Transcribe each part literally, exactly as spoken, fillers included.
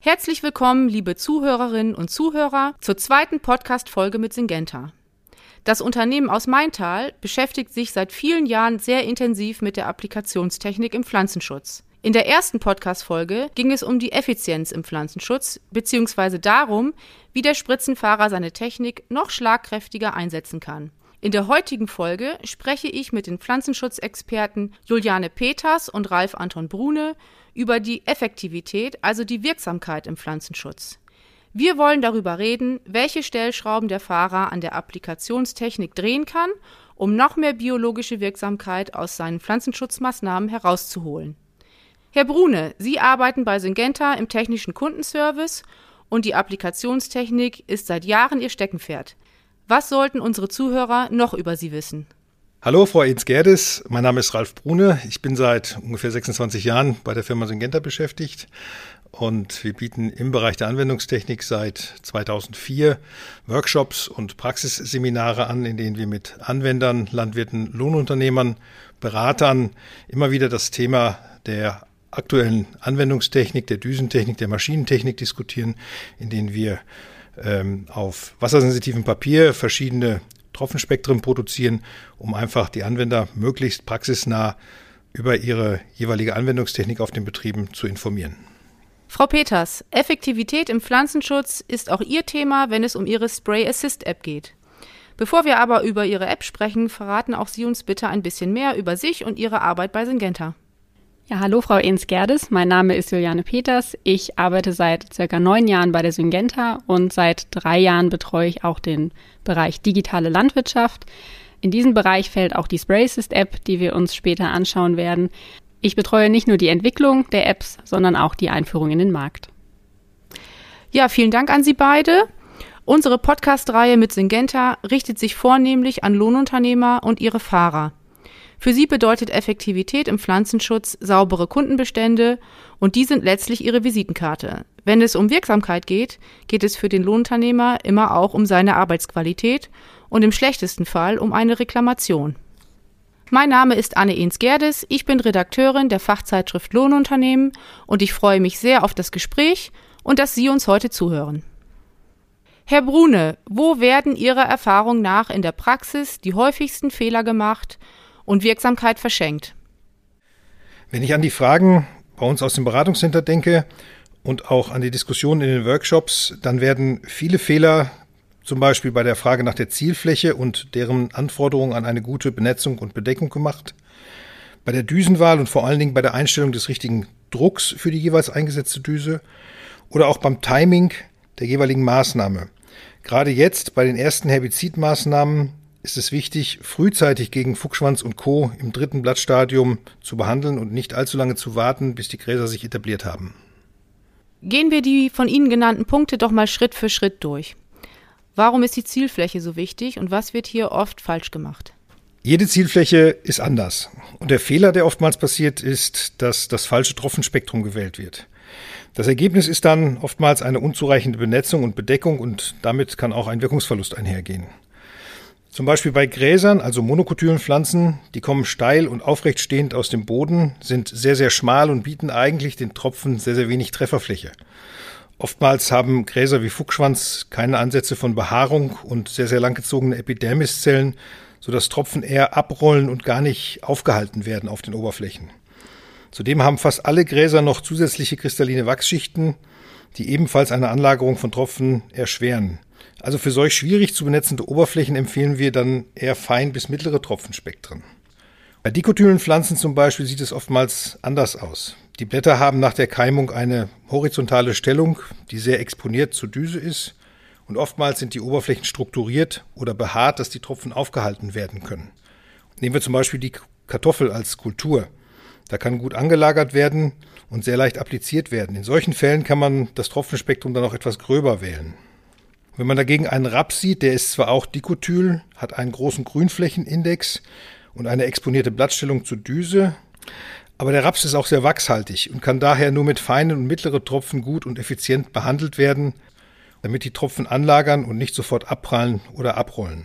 Herzlich willkommen, liebe Zuhörerinnen und Zuhörer, zur zweiten Podcast-Folge mit Syngenta. Das Unternehmen aus Maintal beschäftigt sich seit vielen Jahren sehr intensiv mit der Applikationstechnik im Pflanzenschutz. In der ersten Podcast-Folge ging es um die Effizienz im Pflanzenschutz bzw. darum, wie der Spritzenfahrer seine Technik noch schlagkräftiger einsetzen kann. In der heutigen Folge spreche ich mit den Pflanzenschutzexperten Juliane Peters und Ralf Anton Brune über die Effektivität, also die Wirksamkeit im Pflanzenschutz. Wir wollen darüber reden, welche Stellschrauben der Fahrer an der Applikationstechnik drehen kann, um noch mehr biologische Wirksamkeit aus seinen Pflanzenschutzmaßnahmen herauszuholen. Herr Brune, Sie arbeiten bei Syngenta im technischen Kundenservice und die Applikationstechnik ist seit Jahren Ihr Steckenpferd. Was sollten unsere Zuhörer noch über Sie wissen? Hallo, Frau Eins-Gerdes, mein Name ist Ralf Brune. Ich bin seit ungefähr sechsundzwanzig Jahren bei der Firma Syngenta beschäftigt und wir bieten im Bereich der Anwendungstechnik seit zweitausendvier Workshops und Praxisseminare an, in denen wir mit Anwendern, Landwirten, Lohnunternehmern, Beratern immer wieder das Thema der aktuellen Anwendungstechnik, der Düsentechnik, der Maschinentechnik diskutieren, in denen wir ähm, auf wassersensitivem Papier verschiedene Tropfenspektren produzieren, um einfach die Anwender möglichst praxisnah über ihre jeweilige Anwendungstechnik auf den Betrieben zu informieren. Frau Peters, Effektivität im Pflanzenschutz ist auch Ihr Thema, wenn es um Ihre Spray Assist App geht. Bevor wir aber über Ihre App sprechen, verraten auch Sie uns bitte ein bisschen mehr über sich und Ihre Arbeit bei Syngenta. Ja, hallo Frau Eins-Gerdes, mein Name ist Juliane Peters. Ich arbeite seit circa neun Jahren bei der Syngenta und seit drei Jahren betreue ich auch den Bereich digitale Landwirtschaft. In diesen Bereich fällt auch die Spray Assist App, die wir uns später anschauen werden. Ich betreue nicht nur die Entwicklung der Apps, sondern auch die Einführung in den Markt. Ja, vielen Dank an Sie beide. Unsere Podcast-Reihe mit Syngenta richtet sich vornehmlich an Lohnunternehmer und ihre Fahrer. Für sie bedeutet Effektivität im Pflanzenschutz saubere Kundenbestände und die sind letztlich ihre Visitenkarte. Wenn es um Wirksamkeit geht, geht es für den Lohnunternehmer immer auch um seine Arbeitsqualität und im schlechtesten Fall um eine Reklamation. Mein Name ist Anne Eins-Gerdes, ich bin Redakteurin der Fachzeitschrift Lohnunternehmen und ich freue mich sehr auf das Gespräch und dass Sie uns heute zuhören. Herr Brune, wo werden Ihrer Erfahrung nach in der Praxis die häufigsten Fehler gemacht und Wirksamkeit verschenkt? Wenn ich an die Fragen bei uns aus dem Beratungscenter denke und auch an die Diskussionen in den Workshops, dann werden viele Fehler, zum Beispiel bei der Frage nach der Zielfläche und deren Anforderungen an eine gute Benetzung und Bedeckung gemacht, bei der Düsenwahl und vor allen Dingen bei der Einstellung des richtigen Drucks für die jeweils eingesetzte Düse oder auch beim Timing der jeweiligen Maßnahme. Gerade jetzt bei den ersten Herbizidmaßnahmen ist es wichtig, frühzeitig gegen Fuchsschwanz und Co. im dritten Blattstadium zu behandeln und nicht allzu lange zu warten, bis die Gräser sich etabliert haben. Gehen wir die von Ihnen genannten Punkte doch mal Schritt für Schritt durch. Warum ist die Zielfläche so wichtig und was wird hier oft falsch gemacht? Jede Zielfläche ist anders. Und der Fehler, der oftmals passiert, ist, dass das falsche Tropfenspektrum gewählt wird. Das Ergebnis ist dann oftmals eine unzureichende Benetzung und Bedeckung und damit kann auch ein Wirkungsverlust einhergehen. Zum Beispiel bei Gräsern, also Monokulturenpflanzen, die kommen steil und aufrecht stehend aus dem Boden, sind sehr, sehr schmal und bieten eigentlich den Tropfen sehr, sehr wenig Trefferfläche. Oftmals haben Gräser wie Fuchsschwanz keine Ansätze von Behaarung und sehr, sehr langgezogene Epidermiszellen, sodass Tropfen eher abrollen und gar nicht aufgehalten werden auf den Oberflächen. Zudem haben fast alle Gräser noch zusätzliche kristalline Wachsschichten, die ebenfalls eine Anlagerung von Tropfen erschweren. Also für solch schwierig zu benetzende Oberflächen empfehlen wir dann eher fein bis mittlere Tropfenspektren. Bei Dikotylenpflanzen zum Beispiel sieht es oftmals anders aus. Die Blätter haben nach der Keimung eine horizontale Stellung, die sehr exponiert zur Düse ist und oftmals sind die Oberflächen strukturiert oder behaart, dass die Tropfen aufgehalten werden können. Nehmen wir zum Beispiel die Kartoffel als Kultur. Da kann gut angelagert werden und sehr leicht appliziert werden. In solchen Fällen kann man das Tropfenspektrum dann auch etwas gröber wählen. Wenn man dagegen einen Raps sieht, der ist zwar auch dikotyl, hat einen großen Grünflächenindex und eine exponierte Blattstellung zur Düse, aber der Raps ist auch sehr wachshaltig und kann daher nur mit feinen und mittleren Tropfen gut und effizient behandelt werden, damit die Tropfen anlagern und nicht sofort abprallen oder abrollen.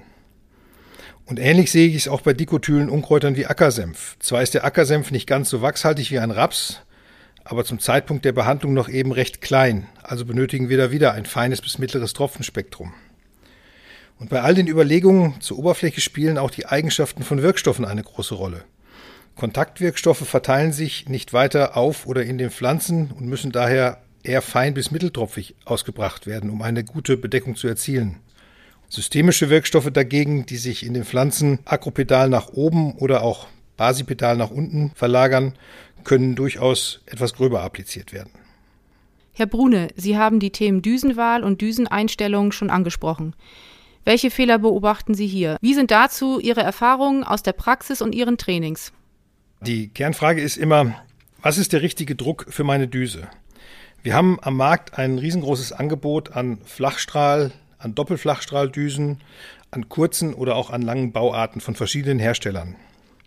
Und ähnlich sehe ich es auch bei dikotylen Unkräutern wie Ackersenf. Zwar ist der Ackersenf nicht ganz so wachshaltig wie ein Raps, aber zum Zeitpunkt der Behandlung noch eben recht klein, also benötigen wir da wieder ein feines bis mittleres Tropfenspektrum. Und bei all den Überlegungen zur Oberfläche spielen auch die Eigenschaften von Wirkstoffen eine große Rolle. Kontaktwirkstoffe verteilen sich nicht weiter auf oder in den Pflanzen und müssen daher eher fein bis mitteltropfig ausgebracht werden, um eine gute Bedeckung zu erzielen. Systemische Wirkstoffe dagegen, die sich in den Pflanzen akropedal nach oben oder auch basipedal nach unten verlagern, können durchaus etwas gröber appliziert werden. Herr Brune, Sie haben die Themen Düsenwahl und Düseneinstellung schon angesprochen. Welche Fehler beobachten Sie hier? Wie sind dazu Ihre Erfahrungen aus der Praxis und Ihren Trainings? Die Kernfrage ist immer, was ist der richtige Druck für meine Düse? Wir haben am Markt ein riesengroßes Angebot an Flachstrahl, an Doppelflachstrahldüsen, an kurzen oder auch an langen Bauarten von verschiedenen Herstellern.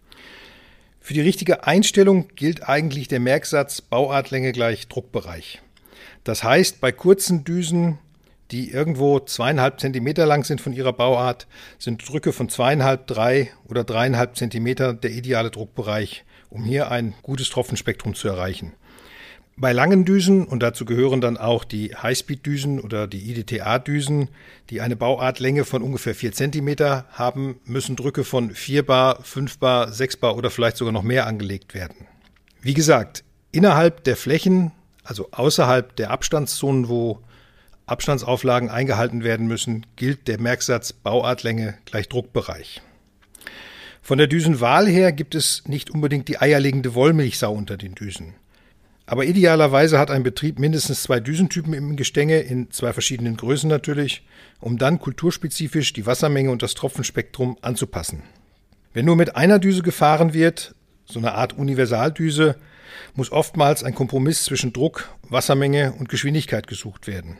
Für die richtige Einstellung gilt eigentlich der Merksatz Bauartlänge gleich Druckbereich. Das heißt, bei kurzen Düsen, die irgendwo zweieinhalb Zentimeter lang sind von ihrer Bauart, sind Drücke von zweieinhalb, drei oder dreieinhalb Zentimeter der ideale Druckbereich, um hier ein gutes Tropfenspektrum zu erreichen. Bei langen Düsen, und dazu gehören dann auch die Highspeed-Düsen oder die I D T A-Düsen, die eine Bauartlänge von ungefähr vier Zentimeter haben, müssen Drücke von vier Bar, fünf Bar, sechs Bar oder vielleicht sogar noch mehr angelegt werden. Wie gesagt, innerhalb der Flächen, also außerhalb der Abstandszonen, wo Abstandsauflagen eingehalten werden müssen, gilt der Merksatz Bauartlänge gleich Druckbereich. Von der Düsenwahl her gibt es nicht unbedingt die eierlegende Wollmilchsau unter den Düsen. Aber idealerweise hat ein Betrieb mindestens zwei Düsentypen im Gestänge, in zwei verschiedenen Größen natürlich, um dann kulturspezifisch die Wassermenge und das Tropfenspektrum anzupassen. Wenn nur mit einer Düse gefahren wird, so eine Art Universaldüse, muss oftmals ein Kompromiss zwischen Druck, Wassermenge und Geschwindigkeit gesucht werden.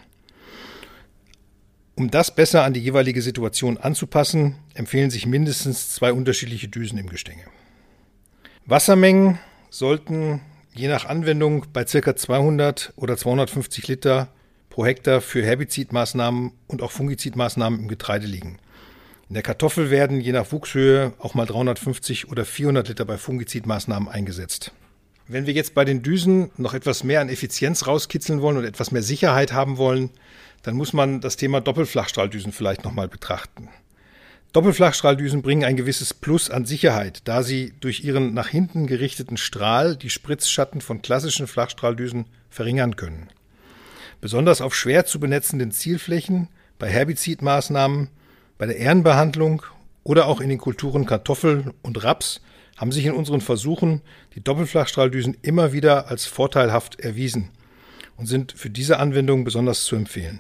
Um das besser an die jeweilige Situation anzupassen, empfehlen sich mindestens zwei unterschiedliche Düsen im Gestänge. Wassermengen sollten je nach Anwendung bei ca. zweihundert oder zweihundertfünfzig Liter pro Hektar für Herbizidmaßnahmen und auch Fungizidmaßnahmen im Getreide liegen. In der Kartoffel werden je nach Wuchshöhe auch mal dreihundertfünfzig oder vierhundert Liter bei Fungizidmaßnahmen eingesetzt. Wenn wir jetzt bei den Düsen noch etwas mehr an Effizienz rauskitzeln wollen und etwas mehr Sicherheit haben wollen, dann muss man das Thema Doppelflachstrahldüsen vielleicht nochmal betrachten. Doppelflachstrahldüsen bringen ein gewisses Plus an Sicherheit, da sie durch ihren nach hinten gerichteten Strahl die Spritzschatten von klassischen Flachstrahldüsen verringern können. Besonders auf schwer zu benetzenden Zielflächen, bei Herbizidmaßnahmen, bei der Ährenbehandlung oder auch in den Kulturen Kartoffel und Raps haben sich in unseren Versuchen die Doppelflachstrahldüsen immer wieder als vorteilhaft erwiesen und sind für diese Anwendung besonders zu empfehlen.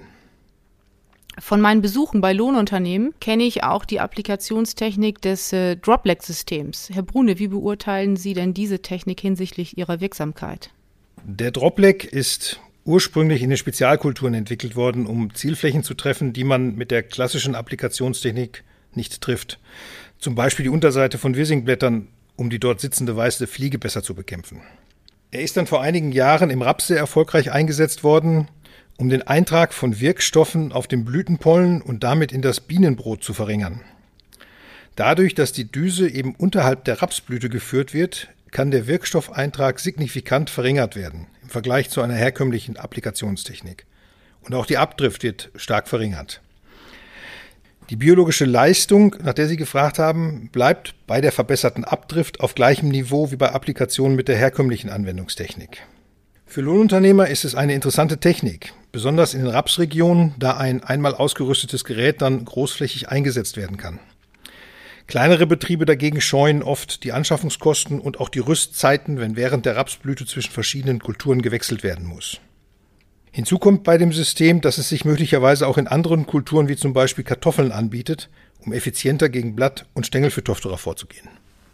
Von meinen Besuchen bei Lohnunternehmen kenne ich auch die Applikationstechnik des äh, Dropleg-Systems. Herr Brune, wie beurteilen Sie denn diese Technik hinsichtlich ihrer Wirksamkeit? Der Dropleg ist ursprünglich in den Spezialkulturen entwickelt worden, um Zielflächen zu treffen, die man mit der klassischen Applikationstechnik nicht trifft. Zum Beispiel die Unterseite von Wirsingblättern, um die dort sitzende weiße Fliege besser zu bekämpfen. Er ist dann vor einigen Jahren im Raps sehr erfolgreich eingesetzt worden, um den Eintrag von Wirkstoffen auf dem Blütenpollen und damit in das Bienenbrot zu verringern. Dadurch, dass die Düse eben unterhalb der Rapsblüte geführt wird, kann der Wirkstoffeintrag signifikant verringert werden im Vergleich zu einer herkömmlichen Applikationstechnik. Und auch die Abdrift wird stark verringert. Die biologische Leistung, nach der Sie gefragt haben, bleibt bei der verbesserten Abdrift auf gleichem Niveau wie bei Applikationen mit der herkömmlichen Anwendungstechnik. Für Lohnunternehmer ist es eine interessante Technik, besonders in den Rapsregionen, da ein einmal ausgerüstetes Gerät dann großflächig eingesetzt werden kann. Kleinere Betriebe dagegen scheuen oft die Anschaffungskosten und auch die Rüstzeiten, wenn während der Rapsblüte zwischen verschiedenen Kulturen gewechselt werden muss. Hinzu kommt bei dem System, dass es sich möglicherweise auch in anderen Kulturen wie zum Beispiel Kartoffeln anbietet, um effizienter gegen Blatt- und Stängelphytophthora vorzugehen.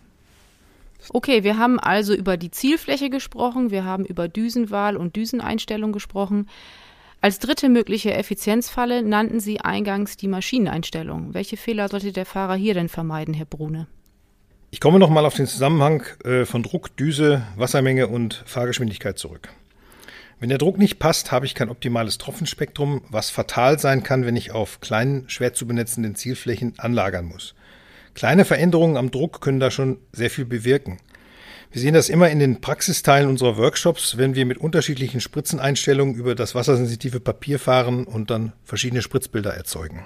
Okay, wir haben also über die Zielfläche gesprochen, wir haben über Düsenwahl und Düseneinstellung gesprochen. Als dritte mögliche Effizienzfalle nannten Sie eingangs die Maschineneinstellung. Welche Fehler sollte der Fahrer hier denn vermeiden, Herr Brune? Ich komme nochmal auf den Zusammenhang äh, von Druck, Düse, Wassermenge und Fahrgeschwindigkeit zurück. Wenn der Druck nicht passt, habe ich kein optimales Tropfenspektrum, was fatal sein kann, wenn ich auf kleinen, schwer zu benetzenden Zielflächen anlagern muss. Kleine Veränderungen am Druck können da schon sehr viel bewirken. Wir sehen das immer in den Praxisteilen unserer Workshops, wenn wir mit unterschiedlichen Spritzeneinstellungen über das wassersensitive Papier fahren und dann verschiedene Spritzbilder erzeugen.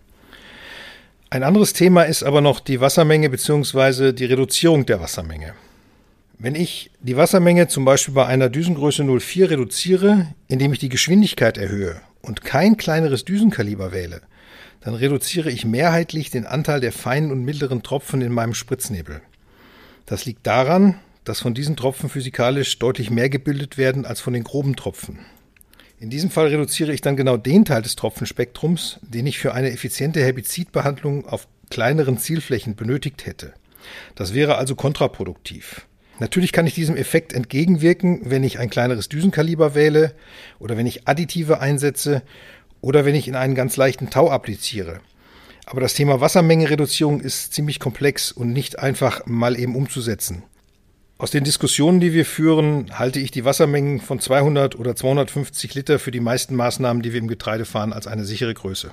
Ein anderes Thema ist aber noch die Wassermenge bzw. die Reduzierung der Wassermenge. Wenn ich die Wassermenge zum Beispiel bei einer Düsengröße null Komma vier reduziere, indem ich die Geschwindigkeit erhöhe und kein kleineres Düsenkaliber wähle, dann reduziere ich mehrheitlich den Anteil der feinen und mittleren Tropfen in meinem Spritznebel. Das liegt daran, dass von diesen Tropfen physikalisch deutlich mehr gebildet werden als von den groben Tropfen. In diesem Fall reduziere ich dann genau den Teil des Tropfenspektrums, den ich für eine effiziente Herbizidbehandlung auf kleineren Zielflächen benötigt hätte. Das wäre also kontraproduktiv. Natürlich kann ich diesem Effekt entgegenwirken, wenn ich ein kleineres Düsenkaliber wähle oder wenn ich Additive einsetze oder wenn ich in einen ganz leichten Tau appliziere. Aber das Thema Wassermengenreduzierung ist ziemlich komplex und nicht einfach mal eben umzusetzen. Aus den Diskussionen, die wir führen, halte ich die Wassermengen von zweihundert oder zweihundertfünfzig Liter für die meisten Maßnahmen, die wir im Getreide fahren, als eine sichere Größe.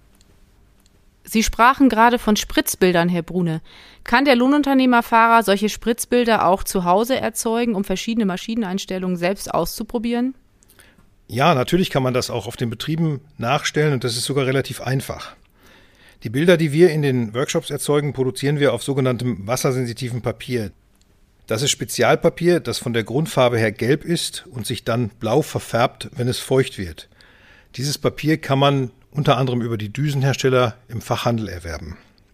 Sie sprachen gerade von Spritzbildern, Herr Brune. Kann der Lohnunternehmerfahrer solche Spritzbilder auch zu Hause erzeugen, um verschiedene Maschineneinstellungen selbst auszuprobieren? Ja, natürlich kann man das auch auf den Betrieben nachstellen und das ist sogar relativ einfach. Die Bilder, die wir in den Workshops erzeugen, produzieren wir auf sogenanntem wassersensitiven Papier. Das ist Spezialpapier, das von der Grundfarbe her gelb ist und sich dann blau verfärbt, wenn es feucht wird. Dieses Papier kann man unter anderem über die Düsenhersteller im Fachhandel erwerben.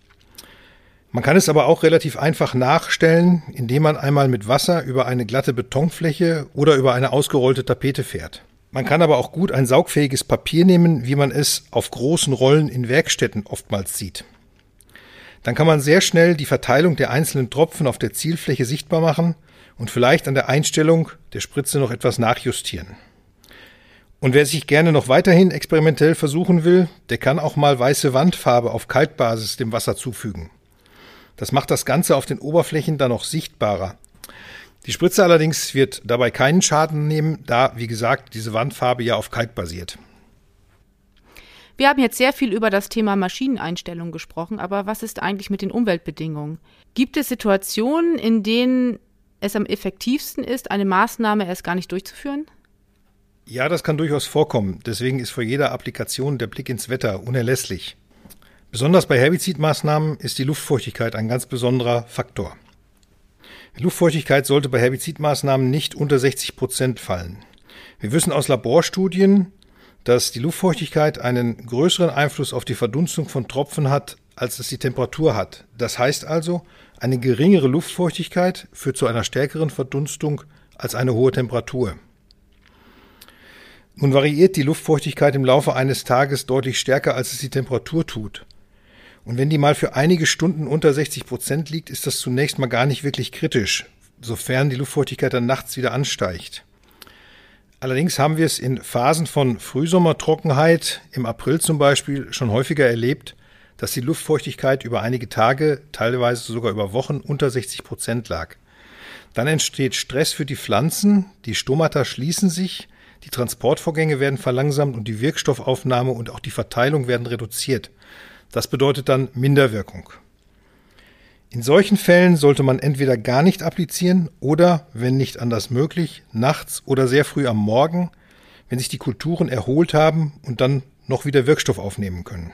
Man kann es aber auch relativ einfach nachstellen, indem man einmal mit Wasser über eine glatte Betonfläche oder über eine ausgerollte Tapete fährt. Man kann aber auch gut ein saugfähiges Papier nehmen, wie man es auf großen Rollen in Werkstätten oftmals sieht. Dann kann man sehr schnell die Verteilung der einzelnen Tropfen auf der Zielfläche sichtbar machen und vielleicht an der Einstellung der Spritze noch etwas nachjustieren. Und wer sich gerne noch weiterhin experimentell versuchen will, der kann auch mal weiße Wandfarbe auf Kalkbasis dem Wasser zufügen. Das macht das Ganze auf den Oberflächen dann noch sichtbarer. Die Spritze allerdings wird dabei keinen Schaden nehmen, da, wie gesagt, diese Wandfarbe ja auf Kalk basiert. Wir haben jetzt sehr viel über das Thema Maschineneinstellung gesprochen, aber was ist eigentlich mit den Umweltbedingungen? Gibt es Situationen, in denen es am effektivsten ist, eine Maßnahme erst gar nicht durchzuführen? Ja, das kann durchaus vorkommen. Deswegen ist vor jeder Applikation der Blick ins Wetter unerlässlich. Besonders bei Herbizidmaßnahmen ist die Luftfeuchtigkeit ein ganz besonderer Faktor. Die Luftfeuchtigkeit sollte bei Herbizidmaßnahmen nicht unter sechzig Prozent fallen. Wir wissen aus Laborstudien, dass die Luftfeuchtigkeit einen größeren Einfluss auf die Verdunstung von Tropfen hat, als es die Temperatur hat. Das heißt also, eine geringere Luftfeuchtigkeit führt zu einer stärkeren Verdunstung als eine hohe Temperatur. Nun variiert die Luftfeuchtigkeit im Laufe eines Tages deutlich stärker, als es die Temperatur tut. Und wenn die mal für einige Stunden unter sechzig Prozent liegt, ist das zunächst mal gar nicht wirklich kritisch, sofern die Luftfeuchtigkeit dann nachts wieder ansteigt. Allerdings haben wir es in Phasen von Frühsommertrockenheit, im April zum Beispiel, schon häufiger erlebt, dass die Luftfeuchtigkeit über einige Tage, teilweise sogar über Wochen, unter sechzig Prozent lag. Dann entsteht Stress für die Pflanzen, die Stomata schließen sich, die Transportvorgänge werden verlangsamt und die Wirkstoffaufnahme und auch die Verteilung werden reduziert. Das bedeutet dann Minderwirkung. In solchen Fällen sollte man entweder gar nicht applizieren oder, wenn nicht anders möglich, nachts oder sehr früh am Morgen, wenn sich die Kulturen erholt haben und dann noch wieder Wirkstoff aufnehmen können.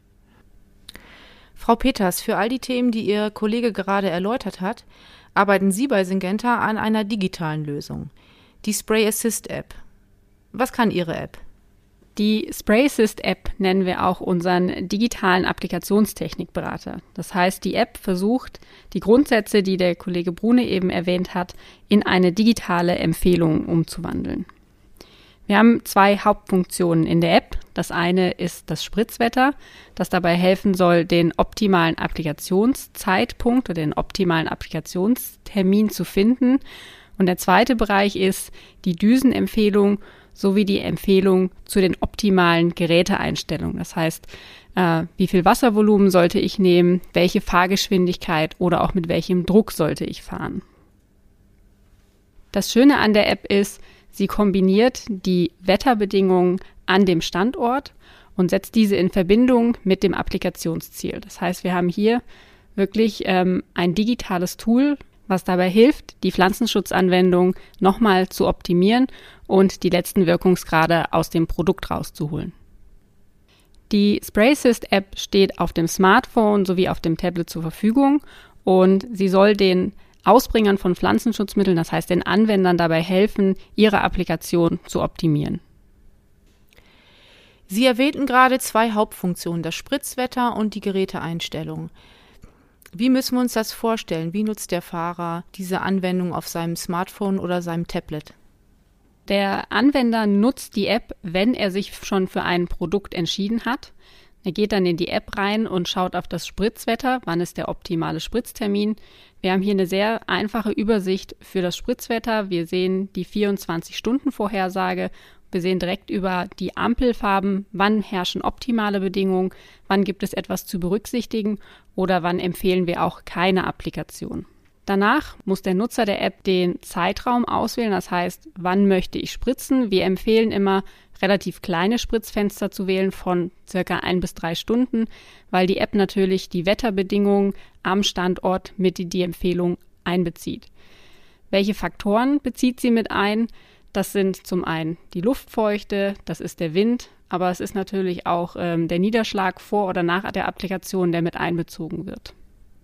Frau Peters, für all die Themen, die Ihr Kollege gerade erläutert hat, arbeiten Sie bei Syngenta an einer digitalen Lösung, die Spray Assist App. Was kann Ihre App? Die Spray Assist App nennen wir auch unseren digitalen Applikationstechnikberater. Das heißt, die App versucht, die Grundsätze, die der Kollege Brune eben erwähnt hat, in eine digitale Empfehlung umzuwandeln. Wir haben zwei Hauptfunktionen in der App. Das eine ist das Spritzwetter, das dabei helfen soll, den optimalen Applikationszeitpunkt oder den optimalen Applikationstermin zu finden. Und der zweite Bereich ist die Düsenempfehlung sowie die Empfehlung zu den optimalen Geräteeinstellungen. Das heißt, äh, wie viel Wasservolumen sollte ich nehmen, welche Fahrgeschwindigkeit oder auch mit welchem Druck sollte ich fahren. Das Schöne an der App ist, sie kombiniert die Wetterbedingungen an dem Standort und setzt diese in Verbindung mit dem Applikationsziel. Das heißt, wir haben hier wirklich ähm, ein digitales Tool, was dabei hilft, die Pflanzenschutzanwendung nochmal zu optimieren und die letzten Wirkungsgrade aus dem Produkt rauszuholen. Die SprayAssist-App steht auf dem Smartphone sowie auf dem Tablet zur Verfügung und sie soll den Ausbringern von Pflanzenschutzmitteln, das heißt den Anwendern, dabei helfen, ihre Applikation zu optimieren. Sie erwähnten gerade zwei Hauptfunktionen, das Spritzwetter und die Geräteeinstellung. Wie müssen wir uns das vorstellen? Wie nutzt der Fahrer diese Anwendung auf seinem Smartphone oder seinem Tablet? Der Anwender nutzt die App, wenn er sich schon für ein Produkt entschieden hat. Er geht dann in die App rein und schaut auf das Spritzwetter, wann ist der optimale Spritztermin. Wir haben hier eine sehr einfache Übersicht für das Spritzwetter. Wir sehen die vierundzwanzig-Stunden-Vorhersage. Wir sehen direkt über die Ampelfarben, wann herrschen optimale Bedingungen, wann gibt es etwas zu berücksichtigen oder wann empfehlen wir auch keine Applikation. Danach muss der Nutzer der App den Zeitraum auswählen, das heißt, wann möchte ich spritzen. Wir empfehlen immer, relativ kleine Spritzfenster zu wählen von circa ein bis drei Stunden, weil die App natürlich die Wetterbedingungen am Standort mit in die Empfehlung einbezieht. Welche Faktoren bezieht sie mit ein? Das sind zum einen die Luftfeuchte, das ist der Wind, aber es ist natürlich auch ähm, der Niederschlag vor oder nach der Applikation, der mit einbezogen wird.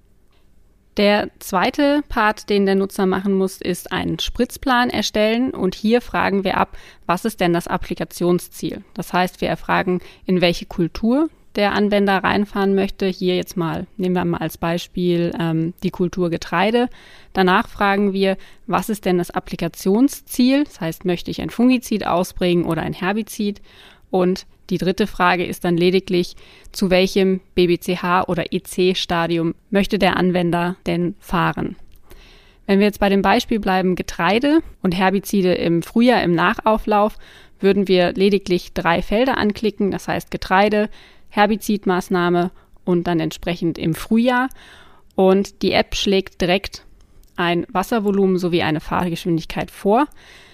Der zweite Part, den der Nutzer machen muss, ist einen Spritzplan erstellen und hier fragen wir ab, was ist denn das Applikationsziel? Das heißt, wir erfragen, in welche Kultur der Anwender reinfahren möchte. Hier jetzt mal, nehmen wir mal als Beispiel ähm, die Kultur Getreide. Danach fragen wir, was ist denn das Applikationsziel? Das heißt, möchte ich ein Fungizid ausbringen oder ein Herbizid? Und die dritte Frage ist dann lediglich, zu welchem B B C H oder E C-Stadium möchte der Anwender denn fahren? Wenn wir jetzt bei dem Beispiel bleiben, Getreide und Herbizide im Frühjahr im Nachauflauf, würden wir lediglich drei Felder anklicken, das heißt Getreide, Herbizidmaßnahme und dann entsprechend im Frühjahr. Und die App schlägt direkt ein Wasservolumen sowie eine Fahrgeschwindigkeit vor.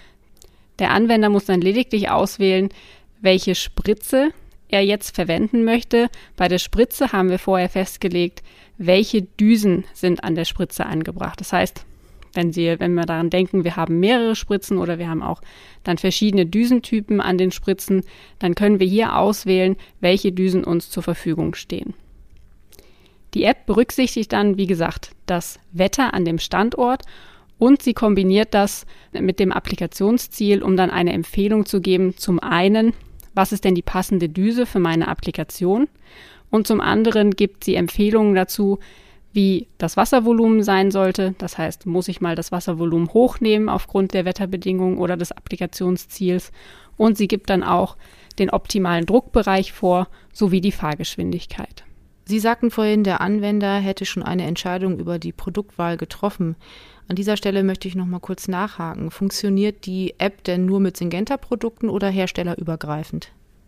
Der Anwender muss dann lediglich auswählen, welche Spritze er jetzt verwenden möchte. Bei der Spritze haben wir vorher festgelegt, welche Düsen sind an der Spritze angebracht. Das heißt, wenn Sie, wenn wir daran denken, wir haben mehrere Spritzen oder wir haben auch dann verschiedene Düsentypen an den Spritzen, dann können wir hier auswählen, welche Düsen uns zur Verfügung stehen. Die App berücksichtigt dann, wie gesagt, das Wetter an dem Standort und sie kombiniert das mit dem Applikationsziel, um dann eine Empfehlung zu geben, zum einen, was ist denn die passende Düse für meine Applikation? Und zum anderen gibt sie Empfehlungen dazu, wie das Wasservolumen sein sollte. Das heißt, muss ich mal das Wasservolumen hochnehmen aufgrund der Wetterbedingungen oder des Applikationsziels. Und sie gibt dann auch den optimalen Druckbereich vor, sowie die Fahrgeschwindigkeit. Sie sagten vorhin, der Anwender hätte schon eine Entscheidung über die Produktwahl getroffen. An dieser Stelle möchte ich noch mal kurz nachhaken. Funktioniert die App denn nur mit Syngenta-Produkten oder herstellerübergreifend?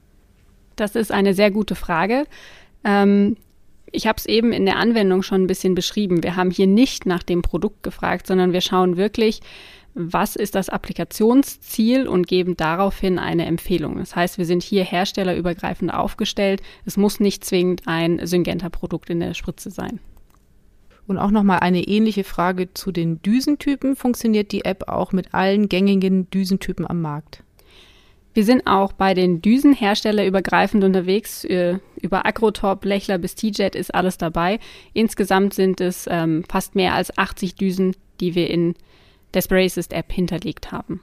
Das ist eine sehr gute Frage. Ähm, ich habe es eben in der Anwendung schon ein bisschen beschrieben. Wir haben hier nicht nach dem Produkt gefragt, sondern wir schauen wirklich, was ist das Applikationsziel und geben daraufhin eine Empfehlung. Das heißt, wir sind hier herstellerübergreifend aufgestellt. Es muss nicht zwingend ein Syngenta-Produkt in der Spritze sein. Und auch nochmal eine ähnliche Frage zu den Düsentypen. Funktioniert die App auch mit allen gängigen Düsentypen am Markt? Wir sind auch bei den Düsen herstellerübergreifend unterwegs. Über Agrotop, Lechler bis T-Jet ist alles dabei. Insgesamt sind es ähm, fast mehr als achtzig Düsen, die wir in der SprayAssist-App hinterlegt haben.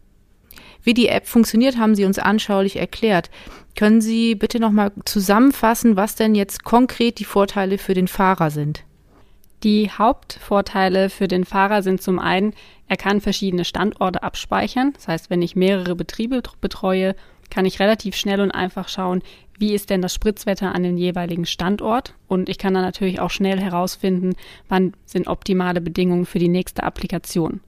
Wie die App funktioniert, haben Sie uns anschaulich erklärt. Können Sie bitte nochmal zusammenfassen, was denn jetzt konkret die Vorteile für den Fahrer sind? Die Hauptvorteile für den Fahrer sind zum einen, er kann verschiedene Standorte abspeichern. Das heißt, wenn ich mehrere Betriebe betreue, kann ich relativ schnell und einfach schauen, wie ist denn das Spritzwetter an dem jeweiligen Standort. Und ich kann dann natürlich auch schnell herausfinden, wann sind optimale Bedingungen für die nächste Applikation.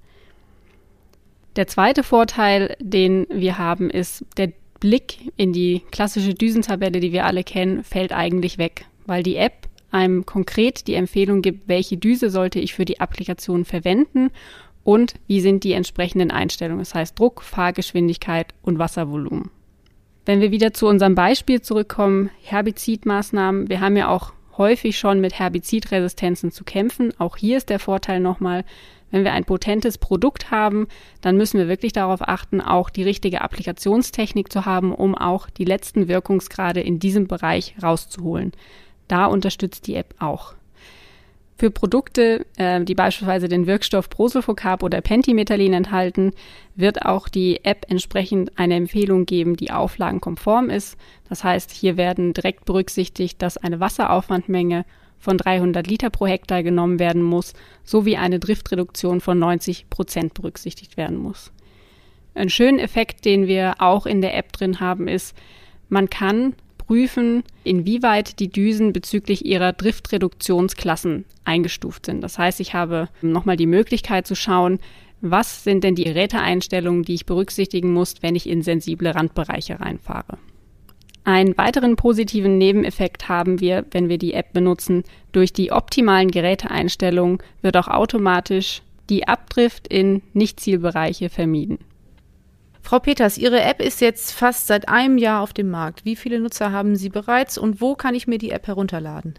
Der zweite Vorteil, den wir haben, ist, der Blick in die klassische Düsentabelle, die wir alle kennen, fällt eigentlich weg, weil die App einem konkret die Empfehlung gibt, welche Düse sollte ich für die Applikation verwenden und wie sind die entsprechenden Einstellungen, das heißt Druck, Fahrgeschwindigkeit und Wasservolumen. Wenn wir wieder zu unserem Beispiel zurückkommen, Herbizidmaßnahmen, wir haben ja auch häufig schon mit Herbizidresistenzen zu kämpfen. Auch hier ist der Vorteil nochmal, wenn wir ein potentes Produkt haben, dann müssen wir wirklich darauf achten, auch die richtige Applikationstechnik zu haben, um auch die letzten Wirkungsgrade in diesem Bereich rauszuholen. Da unterstützt die App auch. Für Produkte, äh, die beispielsweise den Wirkstoff Prosulfocarb oder Pendimethalin enthalten, wird auch die App entsprechend eine Empfehlung geben, die auflagenkonform ist. Das heißt, hier werden direkt berücksichtigt, dass eine Wasseraufwandmenge von dreihundert Liter pro Hektar genommen werden muss, sowie eine Driftreduktion von neunzig Prozent berücksichtigt werden muss. Ein schöner Effekt, den wir auch in der App drin haben, ist, man kann prüfen, inwieweit die Düsen bezüglich ihrer Driftreduktionsklassen eingestuft sind. Das heißt, ich habe nochmal die Möglichkeit zu schauen, was sind denn die Geräteeinstellungen, die ich berücksichtigen muss, wenn ich in sensible Randbereiche reinfahre. Einen weiteren positiven Nebeneffekt haben wir, wenn wir die App benutzen. Durch die optimalen Geräteeinstellungen wird auch automatisch die Abdrift in Nicht-Zielbereiche vermieden. Frau Peters, Ihre App ist jetzt fast seit einem Jahr auf dem Markt. Wie viele Nutzer haben Sie bereits und wo kann ich mir die App herunterladen?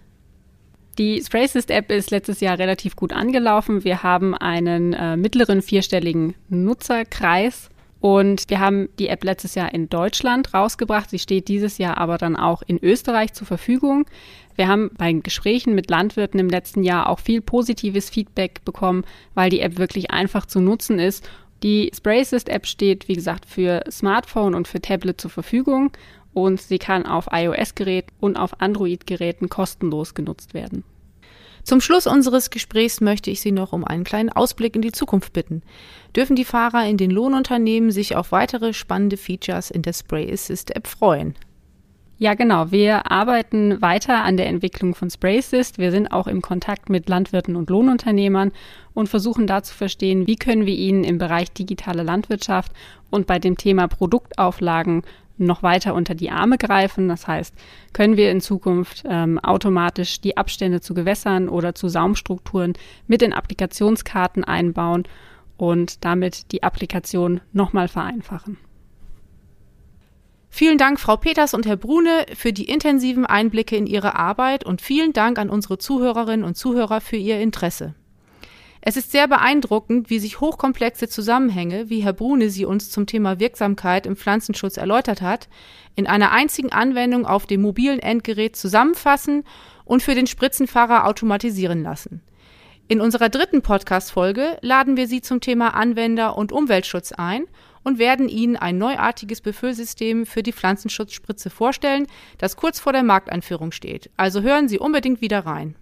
Die SprayAssist-App ist letztes Jahr relativ gut angelaufen. Wir haben einen äh, mittleren vierstelligen Nutzerkreis und wir haben die App letztes Jahr in Deutschland rausgebracht. Sie steht dieses Jahr aber dann auch in Österreich zur Verfügung. Wir haben bei Gesprächen mit Landwirten im letzten Jahr auch viel positives Feedback bekommen, weil die App wirklich einfach zu nutzen ist. Die SprayAssist-App steht, wie gesagt, für Smartphone und für Tablet zur Verfügung und sie kann auf iOS-Geräten und auf Android-Geräten kostenlos genutzt werden. Zum Schluss unseres Gesprächs möchte ich Sie noch um einen kleinen Ausblick in die Zukunft bitten. Dürfen die Fahrer in den Lohnunternehmen sich auf weitere spannende Features in der SprayAssist-App freuen? Ja, genau. Wir arbeiten weiter an der Entwicklung von SprayAssist. Wir sind auch im Kontakt mit Landwirten und Lohnunternehmern und versuchen da zu verstehen, wie können wir ihnen im Bereich digitale Landwirtschaft und bei dem Thema Produktauflagen noch weiter unter die Arme greifen. Das heißt, können wir in Zukunft ähm, automatisch die Abstände zu Gewässern oder zu Saumstrukturen mit in Applikationskarten einbauen und damit die Applikation nochmal vereinfachen. Vielen Dank, Frau Peters und Herr Brune, für die intensiven Einblicke in Ihre Arbeit und vielen Dank an unsere Zuhörerinnen und Zuhörer für Ihr Interesse. Es ist sehr beeindruckend, wie sich hochkomplexe Zusammenhänge, wie Herr Brune sie uns zum Thema Wirksamkeit im Pflanzenschutz erläutert hat, in einer einzigen Anwendung auf dem mobilen Endgerät zusammenfassen und für den Spritzenfahrer automatisieren lassen. In unserer dritten Podcast-Folge laden wir Sie zum Thema Anwender- und Umweltschutz ein und werden Ihnen ein neuartiges Befüllsystem für die Pflanzenschutzspritze vorstellen, das kurz vor der Markteinführung steht. Also hören Sie unbedingt wieder rein.